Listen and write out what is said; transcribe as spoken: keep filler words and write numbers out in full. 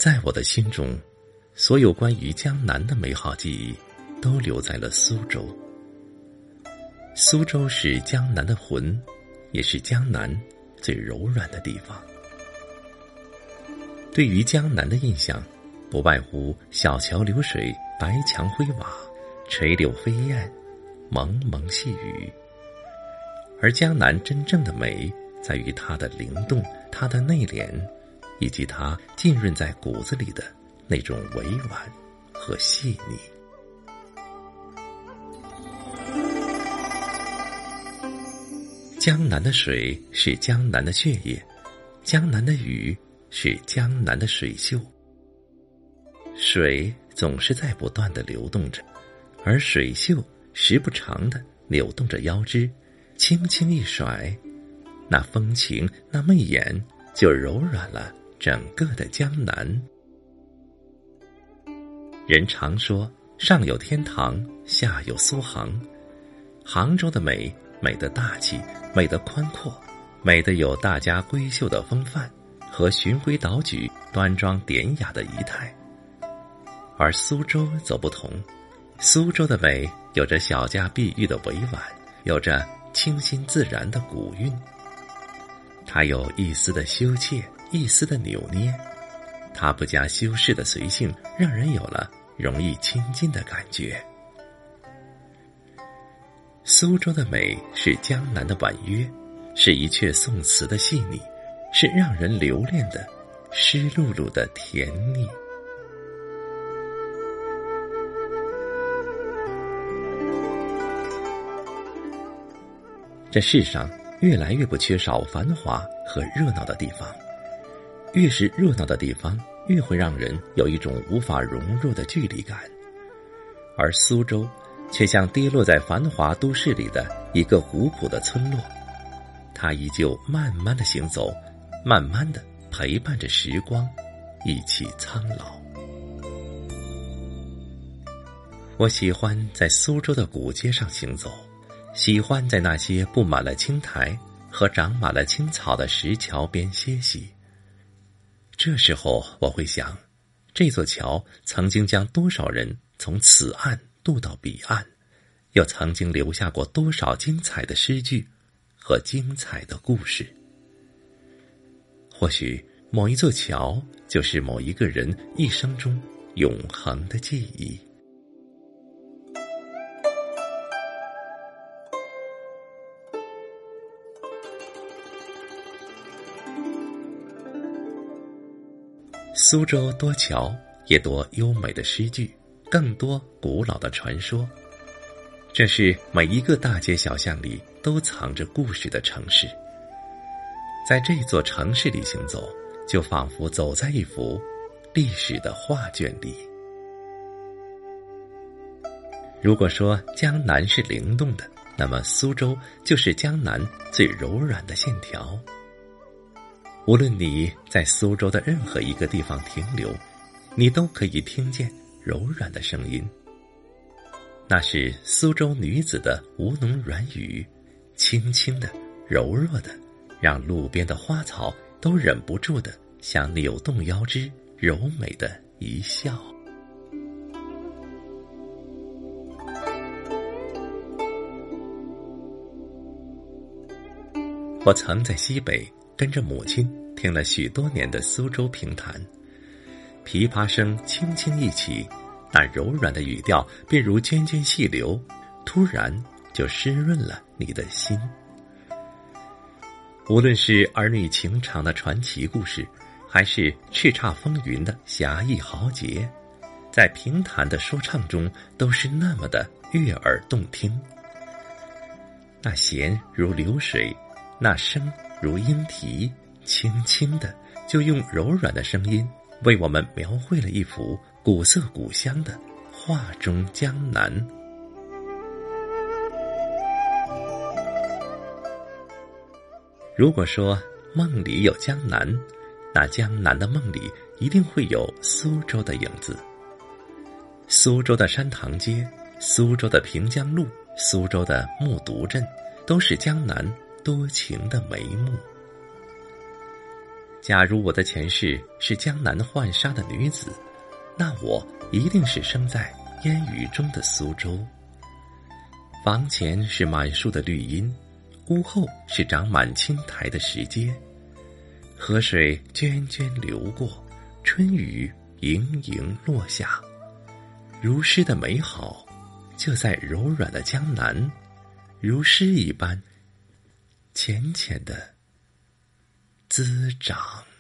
在我的心中，所有关于江南的美好记忆都留在了苏州。苏州是江南的魂，也是江南最柔软的地方。对于江南的印象，不外乎小桥流水、白墙灰瓦、垂柳飞燕、蒙蒙细雨。而江南真正的美，在于它的灵动，它的内敛，以及它浸润在骨子里的那种委婉和细腻。江南的水是江南的血液，江南的雨是江南的水秀。水总是在不断地流动着，而水袖时不常地扭动着腰肢，轻轻一甩，那风情，那媚眼，就柔软了整个的江南。人常说上有天堂，下有苏杭。杭州的美，美的大气，美的宽阔，美的有大家闺秀的风范和循规蹈矩、端庄典雅的仪态。而苏州则不同，苏州的美有着小家碧玉的委婉，有着清新自然的古韵。它有一丝的羞怯，一丝的扭捏，它不加修饰的随性，让人有了容易亲近的感觉。苏州的美是江南的婉约，是一阙宋词的细腻，是让人留恋的湿漉漉的甜腻。这世上越来越不缺少繁华和热闹的地方，越是热闹的地方，越会让人有一种无法融入的距离感。而苏州却像跌落在繁华都市里的一个古朴的村落，它依旧慢慢的行走，慢慢的陪伴着时光，一起苍老。我喜欢在苏州的古街上行走，喜欢在那些布满了青苔和长满了青草的石桥边歇息。这时候我会想，这座桥曾经将多少人从此岸渡到彼岸，又曾经留下过多少精彩的诗句和精彩的故事。或许某一座桥就是某一个人一生中永恒的记忆。苏州多桥，也多优美的诗句，更多古老的传说。这是每一个大街小巷里都藏着故事的城市。在这座城市里行走，就仿佛走在一幅历史的画卷里。如果说江南是灵动的，那么苏州就是江南最柔软的线条。无论你在苏州的任何一个地方停留，你都可以听见柔软的声音。那是苏州女子的吴侬软语，轻轻的，柔弱的，让路边的花草都忍不住的想扭动腰肢，柔美的一笑。我曾在西北跟着母亲听了许多年的苏州评弹，琵琶声轻轻一起，那柔软的语调便如涓涓细流，突然就湿润了你的心。无论是儿女情长的传奇故事，还是叱咤风云的侠义豪杰，在评弹的说唱中都是那么的悦耳动听。那弦如流水，那声如莺啼，轻轻的就用柔软的声音为我们描绘了一幅古色古香的画中江南。如果说梦里有江南，那江南的梦里一定会有苏州的影子。苏州的山塘街，苏州的平江路，苏州的木渎镇，都是江南多情的眉目。 假如我的前世是江南浣纱的女子，那我一定是生在烟雨中的苏州。房前是满树的绿荫，屋后是长满青苔的石阶。河水涓涓流过，春雨盈盈落下。如诗的美好就在柔软的江南，如诗一般浅浅的滋长。